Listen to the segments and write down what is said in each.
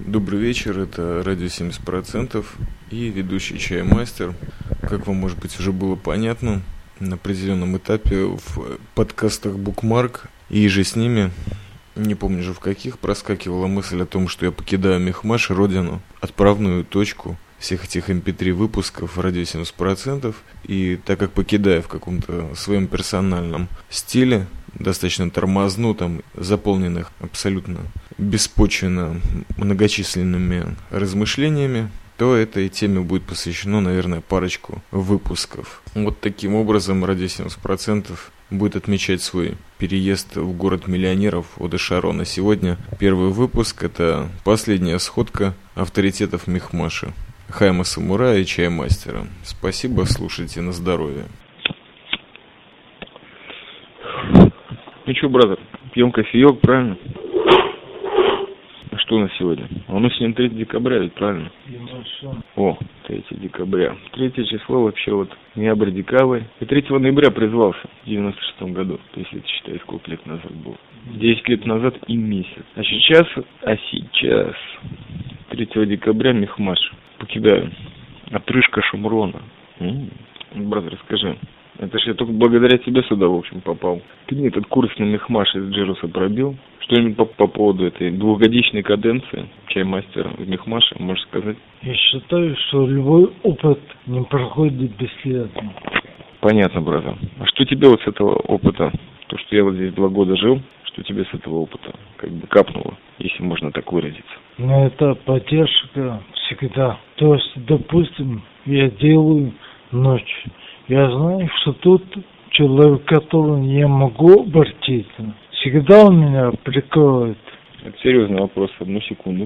Добрый вечер, это радио 70% и ведущий Чаймастер. Как вам, может быть, уже было понятно, на определенном этапе в подкастах Bookmark и же с ними, не помню же в каких, проскакивала мысль о том, что я покидаю Мехмаш, родину, отправную точку всех этих MP3 выпусков радио 70%. И так как покидаю в каком-то своем персональном стиле, достаточно тормознутом, заполненных абсолютно беспочвенно многочисленными размышлениями, то этой теме будет посвящено, наверное, парочку выпусков. Вот таким образом радио 70% будет отмечать свой переезд в город миллионеров Оде Шарона. Сегодня первый выпуск, это последняя сходка авторитетов Мехмаша, Хайма Самурая и Чаймастера. Спасибо, слушайте, на здоровье. Ну что, бразер, пьем кофеек, правильно? А что у нас сегодня? А у нас сегодня 3 декабря, ведь правильно? О, 3 декабря. 3 число вообще вот ноябрь-декабрь. И 3 ноября призвался в 96 году. То есть это считай, сколько лет назад было. 10 лет назад и месяц. А сейчас 3 декабря Мехмаш. Покидаю. Отрыжка Шумрона. Бразер, скажи. Это ж я только благодаря тебе сюда, в общем, попал. Ты мне этот курс на Мехмаш из Джеруса пробил? Что-нибудь по поводу этой двухгодичной каденции Чаймастера в Мехмаше, можешь сказать? Я считаю, что любой опыт не проходит бесследно. Понятно, бразер. А что тебе вот с этого опыта, то, что я вот здесь 2 года жил, что тебе с этого опыта как бы капнуло, если можно так выразиться? Но это поддержка всегда. То есть, допустим, я делаю ночь. Я знаю, что тут человек, к которому я могу обратиться, всегда он меня прикроет. Это серьезный вопрос, 1 секунду.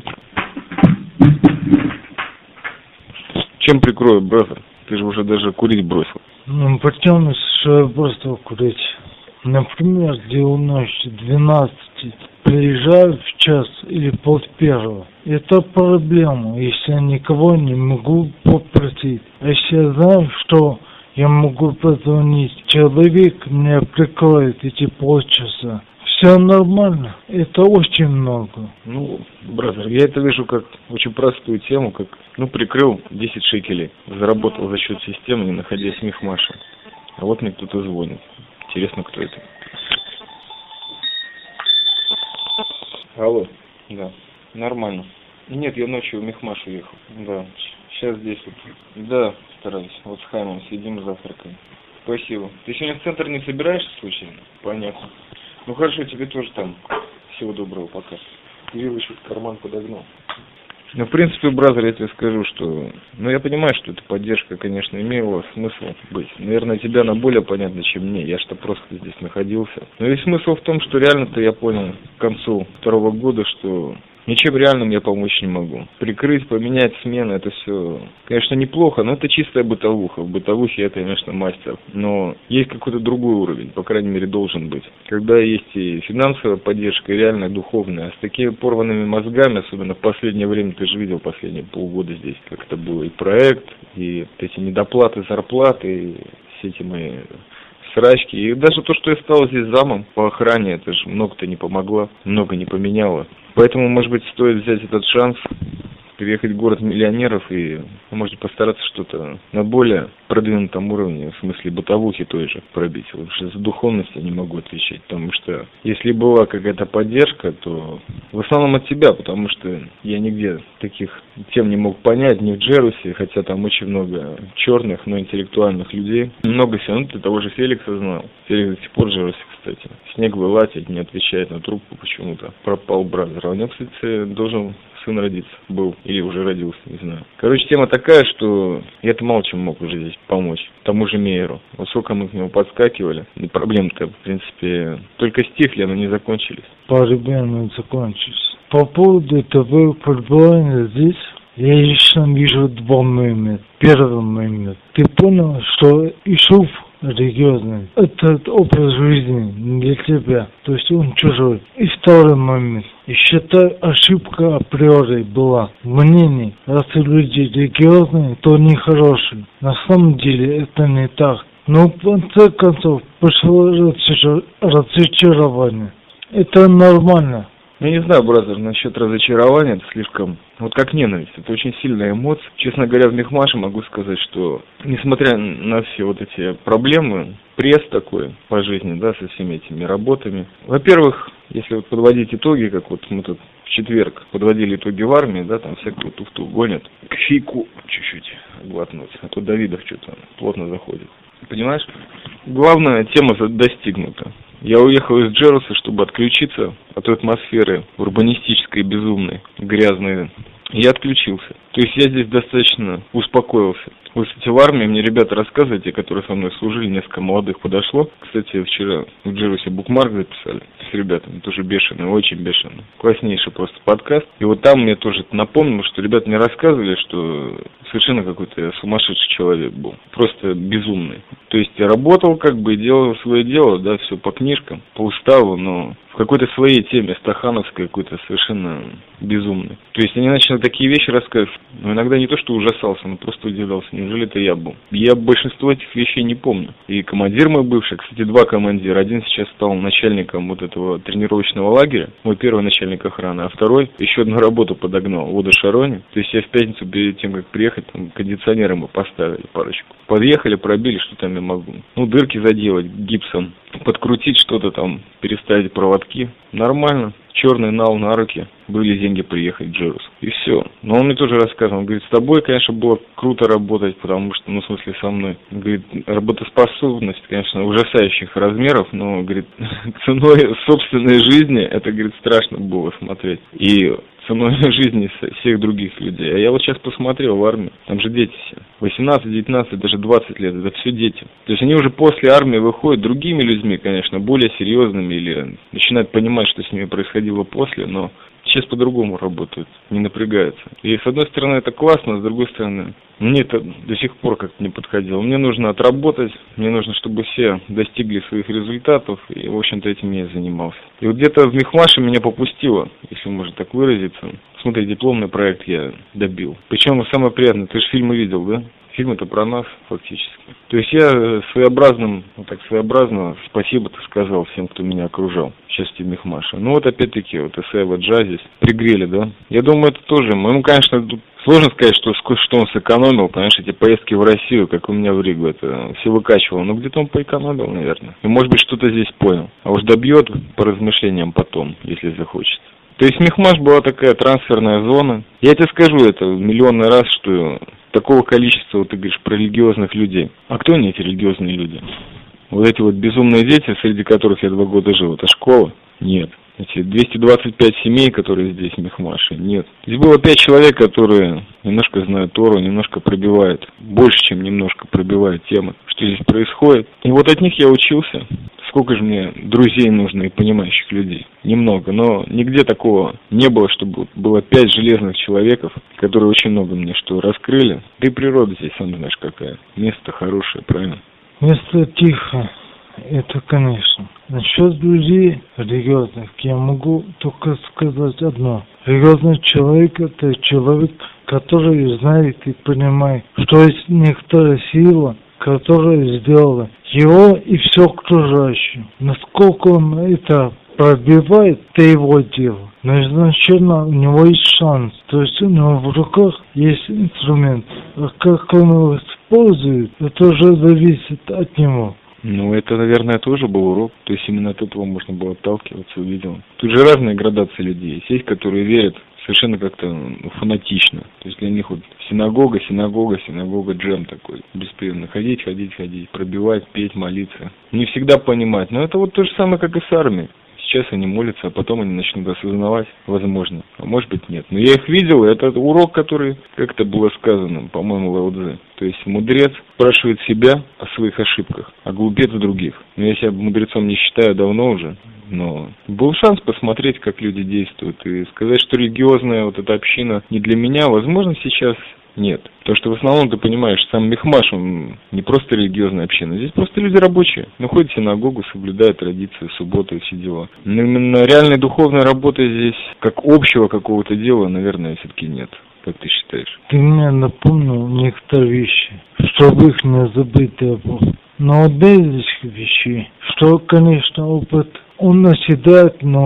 Чем прикроют, бразер? Ты же уже даже курить бросил. Ну, причем, что я просто курить. Например, делаю ночь 12, приезжаю в час или 12:30. Это проблема, если я никого не могу попросить. А если я знаю, что я могу позвонить, человек меня прикроет эти полчаса. Все нормально, это очень много. Ну, бразер, я это вижу как очень простую тему, как, прикрыл 10 шекелей, заработал за счет системы, не находясь в Мехмаше. А вот мне кто-то звонит. Интересно, кто это? Алло, да, нормально. Нет, я ночью в Мехмаш уехал, да. Сейчас здесь вот. Да, стараюсь. Вот с Хаймом сидим, завтракаем. Спасибо. Ты сегодня в центр не собираешься случайно? Понятно. Ну хорошо, тебе тоже там. Всего доброго, пока. Вилл еще в карман подогнал. Ну, в принципе, бразер, я тебе скажу, что... я понимаю, что эта поддержка, конечно, имела смысл быть. Наверное, тебе она более понятна, чем мне. Я что просто здесь находился. Но весь смысл в том, что реально-то я понял к концу 2 года, что... ничем реальным я помочь не могу. Прикрыть, поменять смены, это все, конечно, неплохо, но это чистая бытовуха. В бытовухе я, конечно, мастер. Но есть какой-то другой уровень, по крайней мере, должен быть. Когда есть и финансовая поддержка, и реальная духовная. А с такими порванными мозгами, особенно в последнее время, ты же видел последние полгода здесь, как это было. И проект, и вот эти недоплаты, зарплаты, и все эти мои... срачки. И даже то, что я стал здесь замом по охране, это же много-то не помогло, много не поменяло. Поэтому, может быть, стоит взять этот шанс, переехать в город миллионеров и, может, постараться что-то на более продвинутом уровне, в смысле бытовухи той же, пробить. Потому что за духовность я не могу отвечать, потому что если была какая-то поддержка, то в основном от тебя, потому что я нигде таких тем не мог понять, ни в Джерусе, хотя там очень много черных, но интеллектуальных людей. Много всего, ты того же Феликса знал. Феликс до сих пор в Джерусе, кстати. Снег вылазит, не отвечает на трубку почему-то. Пропал бразер. А у него, кстати, должен сын родиться был, или уже родился, не знаю. Короче, тема такая, что я-то мало чем мог уже здесь помочь тому же Мейеру. Вот сколько мы к нему подскакивали, и проблемы-то, в принципе, только стихли, но не закончились. Проблемы закончились. По поводу твоего пребывания здесь, я лично вижу 2 момента. Первый момент. Ты понял, что Ишуф религиозный. Этот образ жизни не для тебя. То есть он чужой. И второй момент. И считаю, ошибка априори была. Мнение, раз люди религиозные, то они хорошие. На самом деле это не так. Но в конце концов пошло разочарование. Это нормально. Я не знаю, бразер, насчет разочарования, это слишком, вот как ненависть, это очень сильная эмоция. Честно говоря, в Мехмаше могу сказать, что несмотря на все вот эти проблемы, пресс такой по жизни, да, со всеми этими работами. Во-первых, если вот подводить итоги, как вот мы тут в четверг подводили итоги в армии, да, там всякую туфту гонят, кофейку чуть-чуть глотнуть, а то Давидов что-то плотно заходит. Понимаешь? Главная тема достигнута. Я уехал из Джеруса, чтобы отключиться от той атмосферы урбанистической, безумной, грязной. Я отключился. То есть я здесь достаточно успокоился. Вы, кстати, в армии, мне ребята рассказывали, те, которые со мной служили, несколько молодых подошло. Кстати, вчера в Джерусе букмарк записали с ребятами, тоже бешеные, очень бешеные. Класснейший просто подкаст. И вот там мне тоже напомнил, что ребята мне рассказывали, что совершенно какой-то сумасшедший человек был. Просто безумный. То есть я работал как бы и делал свое дело, да, все по книжкам, по уставу, но в какой-то своей теме, стахановской, какой-то совершенно безумной. То есть они начали такие вещи рассказывать, но иногда не то, что ужасался, но просто удивлялся, неужели это я был. Я большинство этих вещей не помню. И командир мой бывший, кстати, два командира, один сейчас стал начальником вот этого тренировочного лагеря, мой первый начальник охраны, а второй еще одну работу подогнал, в Водошароне. То есть я в пятницу перед тем, как приехать, там кондиционеры мы поставили парочку. Подъехали, пробили, что там я могу. Ну, дырки заделать гипсом, подкрутить что-то там, переставить проводки. Нормально. Черный нал на руки. Были деньги приехать в Джерус. И все. Но он мне тоже рассказывал. Он говорит, с тобой, конечно, было круто работать, потому что, ну, в смысле, со мной. Он говорит, работоспособность, конечно, ужасающих размеров, но, говорит, ценой собственной жизни, это, говорит, страшно было смотреть. И ценой жизни всех других людей. А я вот сейчас посмотрел в армии, там же дети все. 18, 19, даже 20 лет, это все дети. То есть они уже после армии выходят другими людьми, конечно, более серьезными, или начинают понимать, что с ними происходило после, но сейчас по-другому работают, не напрягаются. И с одной стороны это классно, а с другой стороны мне это до сих пор как-то не подходило. Мне нужно отработать, мне нужно, чтобы все достигли своих результатов, и, в общем-то, этим я и занимался. И вот где-то в Мехмаше меня попустило, если можно так выразиться. Смотри, дипломный проект я добил. Причем самое приятное, ты же фильмы видел, да? Фильм-то про нас, фактически. То есть я своеобразно спасибо-то сказал всем, кто меня окружал в части Мехмаша. Ну вот опять-таки, вот Исаева Джазис пригрели, да? Я думаю, это тоже, ему, конечно, сложно сказать, что он сэкономил, понимаешь, эти поездки в Россию, как у меня в Ригу, это все выкачивал. Но где-то он поэкономил, наверное. И, может быть, что-то здесь понял. А уж добьет по размышлениям потом, если захочет. То есть Мехмаш была такая трансферная зона. Я тебе скажу это миллионный раз, что такого количества, вот ты говоришь, про религиозных людей. А кто они, эти религиозные люди? Вот эти вот безумные дети, среди которых я 2 года жил, это школа? Нет. Эти 225 семей, которые здесь в Мехмаше, нет. Здесь было 5 человек, которые немножко знают Тору, немножко пробивают, больше, чем немножко пробивают темы, что здесь происходит. И вот от них я учился. Сколько же мне друзей нужно и понимающих людей? Немного, но нигде такого не было, чтобы было 5 железных человеков, которые очень много мне что раскрыли. Да и природа здесь, сам знаешь, какая. Место хорошее, правильно? Место тихо. Это, конечно. Насчет людей религиозных я могу только сказать одно. Религиозный человек – это человек, который знает и понимает, что есть некоторая сила, которая сделала его и все окружающее. Насколько он это пробивает, это его дело. Но изначально у него есть шанс. То есть у него в руках есть инструмент. А как он его использует, это уже зависит от него. Ну, это, наверное, тоже был урок. То есть именно от этого можно было отталкиваться, увидел. Тут же разные градации людей. Есть, которые верят совершенно как-то фанатично. То есть для них вот синагога, джем такой. Беспрерывно ходить, пробивать, петь, молиться. Не всегда понимать. Но это вот то же самое, как и с армией. Сейчас они молятся, а потом они начнут осознавать, возможно, а может быть нет. Но я их видел, это урок, который, как это было сказано, по-моему, Лао Цзэ. То есть мудрец спрашивает себя о своих ошибках, а глупец других. Но я себя мудрецом не считаю давно уже, но был шанс посмотреть, как люди действуют, и сказать, что религиозная вот эта община не для меня, возможно, сейчас нет. Потому что в основном, ты понимаешь, сам Мехмаш, он не просто религиозная община. Здесь просто люди рабочие. Ну, ходят в синагогу, соблюдают традиции, субботы и все дела. Но именно реальной духовной работы здесь, как общего какого-то дела, наверное, все-таки нет. Как ты считаешь? Ты мне напомнил некоторые вещи, чтобы их не забыть. Но одна из этих вещей, что, конечно, опыт, он наседает, но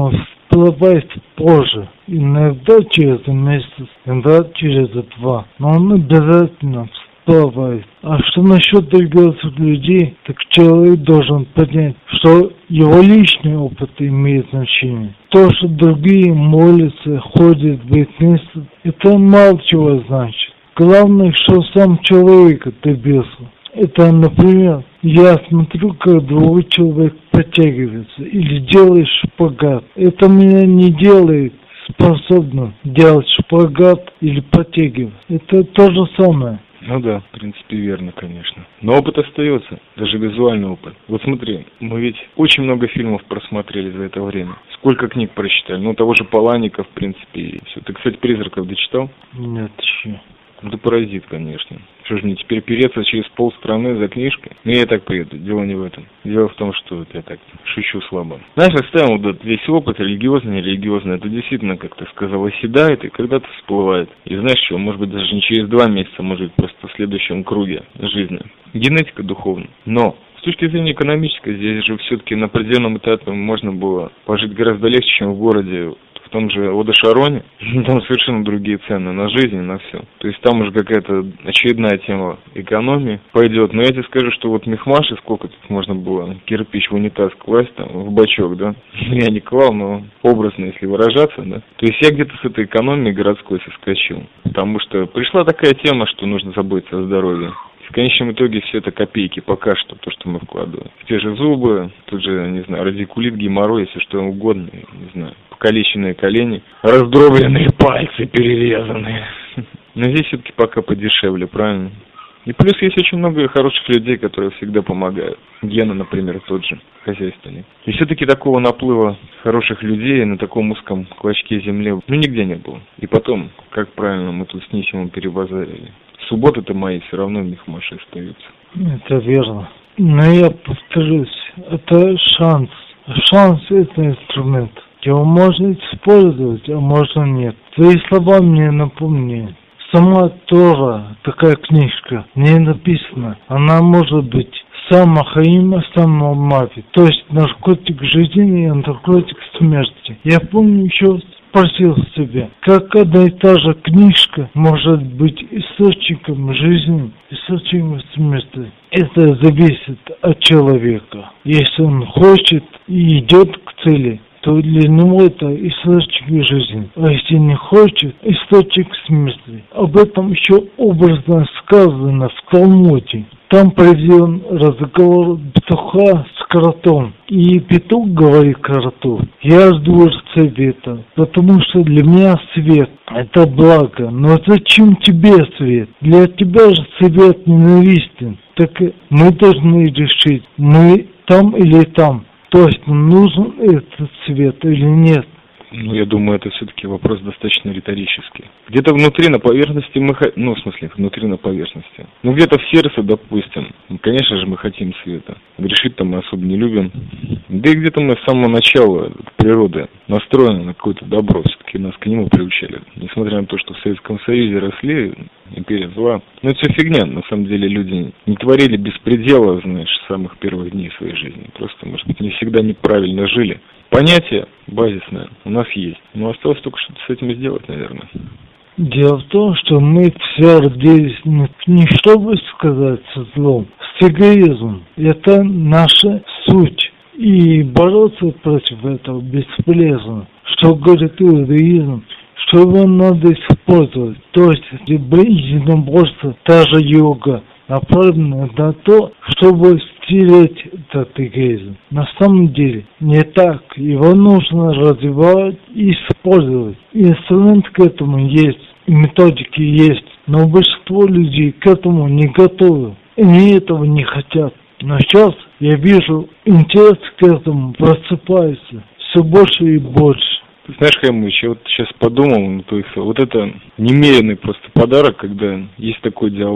всплывает позже. Иногда через месяц, иногда через 2. Но он обязательно всплывает. А что насчет религиозных людей, так человек должен понять, что его личный опыт имеет значение. То, что другие молятся, ходят в месяц, это мало чего значит. Главное, что сам человек добился. Это, например, я смотрю, как другой человек подтягивается или делает шпагат. Это меня не делает способным делать шпагат или подтягивать. Это то же самое. Ну да, в принципе, верно, конечно. Но опыт остается, даже визуальный опыт. Вот смотри, мы ведь очень много фильмов просмотрели за это время. Сколько книг прочитали? Ну, того же Паланика, в принципе, и все. Ты, кстати, «Призраков» дочитал? Нет, еще. Да «Паразит», конечно. Что ж мне теперь переться через полстраны за книжкой? Ну, я и так приеду, дело не в этом. Дело в том, что вот я так шучу слабо. Знаешь, оставим вот весь опыт, религиозный, нерелигиозный, это действительно, как ты сказал, оседает и когда-то всплывает. И знаешь что, может быть, даже не через 2 месяца, может быть, просто в следующем круге жизни. Генетика духовная. Но с точки зрения экономической, здесь же все-таки на определенном этапе можно было пожить гораздо легче, чем в городе. В том же Одо-Шароне, там совершенно другие цены на жизнь и на все. То есть там уже какая-то очередная тема экономии пойдет. Но я тебе скажу, что вот Мехмаши, сколько тут можно было кирпич в унитаз класть, там, в бачок, да? Я не клал, но образно, если выражаться, да? То есть я где-то с этой экономией городской соскочил. Потому что пришла такая тема, что нужно заботиться о здоровье. В конечном итоге все это копейки пока что, то, что мы вкладываем. Те же зубы, тут же, не знаю, радикулит, геморрой, все что угодно, не знаю, покалеченные колени, раздробленные пальцы перерезанные. Но здесь все-таки пока подешевле, правильно? И плюс есть очень много хороших людей, которые всегда помогают. Гена, например, тот же, хозяйственник. И все-таки такого наплыва хороших людей на таком узком клочке земли, нигде не было. И потом, как правильно мы тут с Нисимом перебазарили. Субботы-то мои все равно в Мехмаше остаются. Это верно. Но я повторюсь, это шанс. Шанс – это инструмент. Его можно использовать, а можно нет. Твои слова мне напомнили. Сама Тора, такая книжка, в ней написано, она может быть сама Хаима, сама Мавит. То есть наркотик жизни и наркотик смерти. Я помню еще спросил себя, как одна и та же книжка может быть источником жизни, источником смерти. Это зависит от человека. Если он хочет и идет к цели, то для него это источник жизни. А если не хочет, источник смерти. Об этом еще образно сказано в Талмуде. Там проведен разговор петуха с кротом. И петух говорит кроту: я жду света, потому что для меня свет – это благо. Но зачем тебе свет? Для тебя же свет ненавистен. Так мы должны решить, мы там или там. То есть нужен этот свет или нет? Ну, я думаю, это все-таки вопрос достаточно риторический. Где-то внутри, на поверхности мы ну, в смысле, внутри на поверхности. Ну, где-то в сердце, допустим, конечно же, мы хотим света. Грешить там мы особо не любим. Да и где-то мы с самого начала природы настроены на какое-то добро. Все-таки нас к нему приучали. Несмотря на то, что в Советском Союзе росли, империя зла. Но это все фигня. На самом деле люди не творили беспредела, знаешь, с самых первых дней своей жизни. Просто, может быть, не всегда неправильно жили. Понятие базисное у нас есть. Но осталось только что-то с этим сделать, наверное. Дело в том, что мы все родились не чтобы сказать со злом, с эгоизмом. Это наша суть. И бороться против этого бесполезно. Что говорит иудаизм, что его надо использовать. То есть единоборство, та же йога, направлена на то, чтобы стереть этот эгоизм. На самом деле не так. Его нужно развивать и использовать. Инструмент к этому есть, методики есть, но большинство людей к этому не готовы. Они этого не хотят. Но сейчас я вижу, интерес к этому просыпается все больше и больше. Ты знаешь, Хаймыч, я вот сейчас подумал на твоих словах. Вот это немеренный просто подарок, когда есть такой диалог.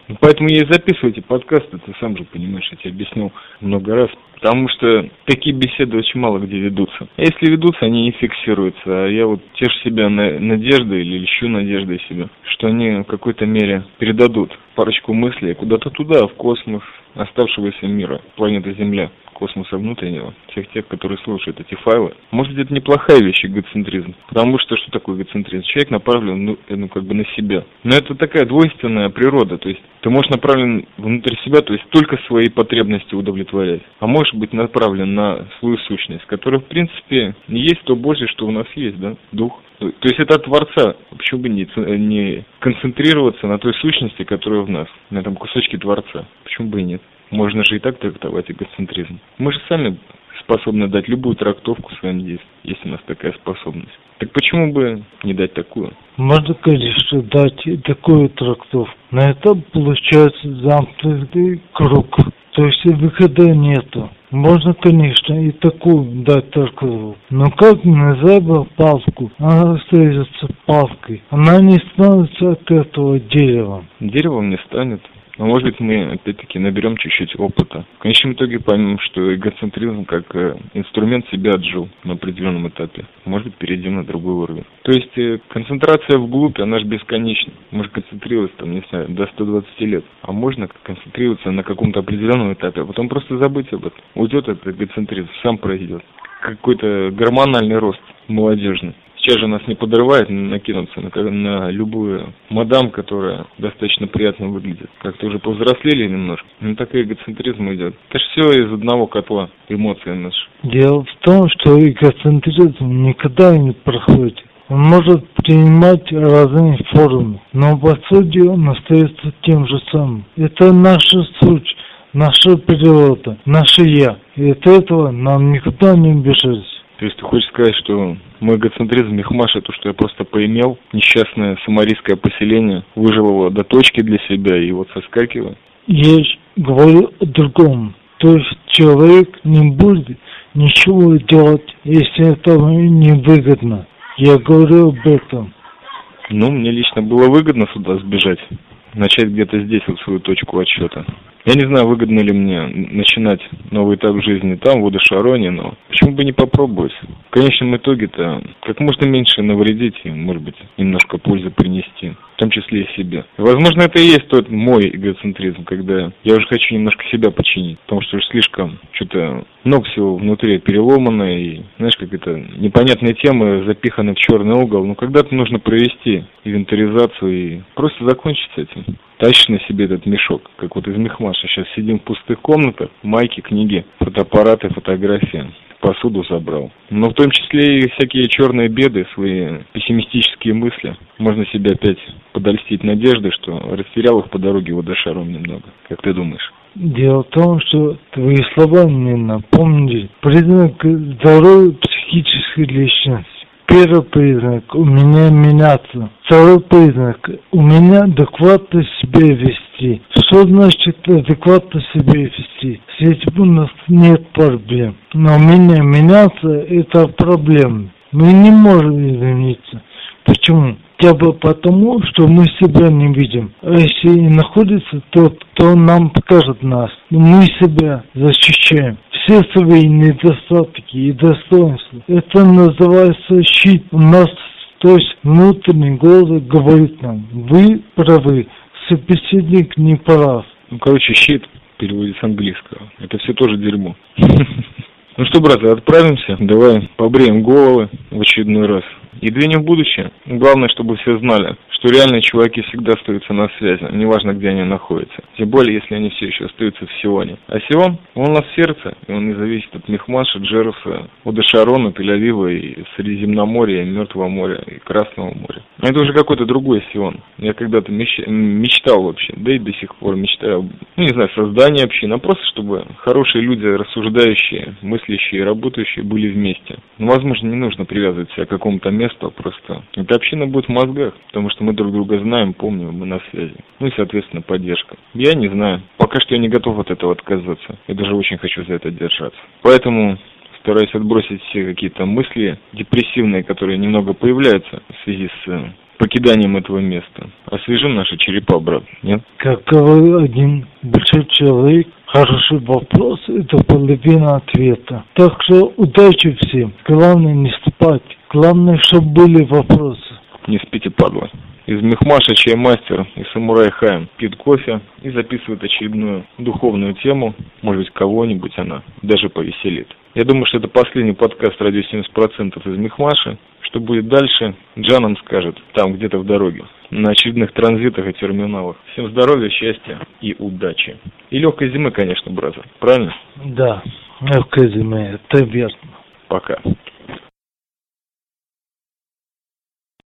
Поэтому я и записываю эти подкасты, ты сам же понимаешь, я тебе объяснил много раз. Потому что такие беседы очень мало где ведутся. А если ведутся, они не фиксируются. А я вот тешу себя надеждой или ищу надеждой себя, что они в какой-то мере передадут парочку мыслей куда-то туда, в космос оставшегося мира, планеты Земля, космоса внутреннего, всех тех, которые слушают эти файлы. Может быть, это неплохая вещь, эгоцентризм. Потому что такое эгоцентризм? Человек направлен, как бы на себя. Но это такая двойственная природа. То есть ты можешь направлен внутрь себя, то есть только свои потребности удовлетворять. А можешь быть направлен на свою сущность, которая, в принципе, не есть то Божье, что у нас есть, да, дух. То есть это от Творца. Почему бы не концентрироваться на той сущности, которая в нас, на этом кусочке Творца? Почему бы и нет? Можно же и так трактовать эгоцентризм. Мы же сами способны дать любую трактовку своим действиям, если у нас такая способность. Так почему бы не дать такую? Можно, конечно, дать такую трактовку, но это получается замкнутый круг. То есть выхода нету. Можно, конечно, и такую дать трактовку. Но как назовем палку, она остается палкой. Она не становится от этого деревом. Деревом не станет. Но, может быть, мы, опять-таки, наберем чуть-чуть опыта. В конечном итоге поймем, что эгоцентризм как инструмент себя отжил на определенном этапе. Может быть, перейдем на другой уровень. То есть, концентрация вглубь, она же бесконечна. Можно концентрироваться, там, не знаю, до 120 лет. А можно концентрироваться на каком-то определенном этапе, а потом просто забыть об этом. Уйдет этот эгоцентризм, сам пройдет. Какой-то гормональный рост молодежный. Сейчас же нас не подрывает накинуться на любую мадам, которая достаточно приятно выглядит. Как-то уже повзрослели немножко. Ну так и эгоцентризм идет. Это же все из одного котла, эмоции наши. Дело в том, что эгоцентризм никогда не проходит. Он может принимать разные формы, но по сути он остается тем же самым. Это наша суть, наша природа, наше я. И от этого нам никуда не убежать. То есть ты хочешь сказать, что мой эгоцентризм, михмаш, это то, что я просто поимел несчастное самарийское поселение, выжил его до точки для себя и вот соскакиваю? Я говорю о другом. То есть человек не будет ничего делать, если это не выгодно. Я говорю об этом. Ну, мне лично было выгодно сюда сбежать, начать где-то здесь вот свою точку отсчета. Я не знаю, выгодно ли мне начинать новый этап жизни там, в Удашароне, но почему бы не попробовать? В конечном итоге-то как можно меньше навредить и, может быть, немножко пользы принести, в том числе и себе. И, возможно, это и есть тот мой эгоцентризм, когда я уже хочу немножко себя починить, потому что уже слишком что-то много всего внутри переломано, и, знаешь, как это непонятные темы запиханы в черный угол. Но когда-то нужно провести инвентаризацию и просто закончить с этим. Тащишь на себе этот мешок, как вот из мехмаша. Сейчас сидим в пустых комнатах, майки, книги, фотоаппараты, фотографии, посуду забрал. Но в том числе и всякие черные беды, свои пессимистические мысли. Можно себя опять подольстить надеждой, что растерял их по дороге в Удашарон немного. Как ты думаешь? Дело в том, что твои слова мне напомнили признак здоровой психической личности. Первый признак – у меня меняться. Второй признак – у меня адекватно себя вести. Что значит адекватно себя вести? С этим у нас нет проблем. Но у меня меняться – это проблема. Мы не можем измениться. Почему? Хотя бы потому, что мы себя не видим. А если и находится тот, кто нам покажет нас, мы себя защищаем. Все свои недостатки и достоинства. Это называется щит. У нас, то есть, внутренний голос говорит нам: вы правы, собеседник не прав. Ну, короче, щит переводится с английского. Это все тоже дерьмо. Ну что, братья, отправимся. Давай побреем головы в очередной раз и двинем в будущее. Главное, чтобы все знали, что реальные чуваки всегда остаются на связи, неважно, где они находятся. Тем более, если они все еще остаются в Сионе. А Сион, он у нас в сердце, и он не зависит от Михмаша, Джеруса, Удашарона, Тель-Авива, и Средиземноморья, и Мертвого моря, и Красного моря. Но это уже какой-то другой Сион. Я когда-то мечтал вообще, да и до сих пор мечтаю, ну не знаю, создание общины, а просто чтобы хорошие люди, рассуждающие, мыслящие, работающие были вместе. Но, возможно, не нужно привязывать себя к какому-то месту, а просто эта община будет в мозгах, потому что мы друг друга знаем, помним, мы на связи. Ну и, соответственно, поддержка. Я не знаю. Пока что я не готов от этого отказаться. Я даже очень хочу за это держаться. Поэтому стараюсь отбросить все какие-то мысли депрессивные, которые немного появляются в связи с покиданием этого места. освежим наши черепа, брат, нет? Как говорил один большой человек, хороший вопрос – это половина ответа. Так что удачи всем. Главное не спать. Главное, чтобы были вопросы. Не спите, падла. Из Мехмаша чаймастер и самурай Хайм пьют кофе и записывает очередную духовную тему. Может быть, кого-нибудь она даже повеселит. Я думаю, что это последний подкаст «Радио 70%» из Мехмаша. Что будет дальше, Джан нам скажет там, где-то в дороге, на очередных транзитах и терминалах. Всем здоровья, счастья и удачи. И легкой зимы, конечно, бразер. Правильно? Да, легкой зимы, это верно. Пока.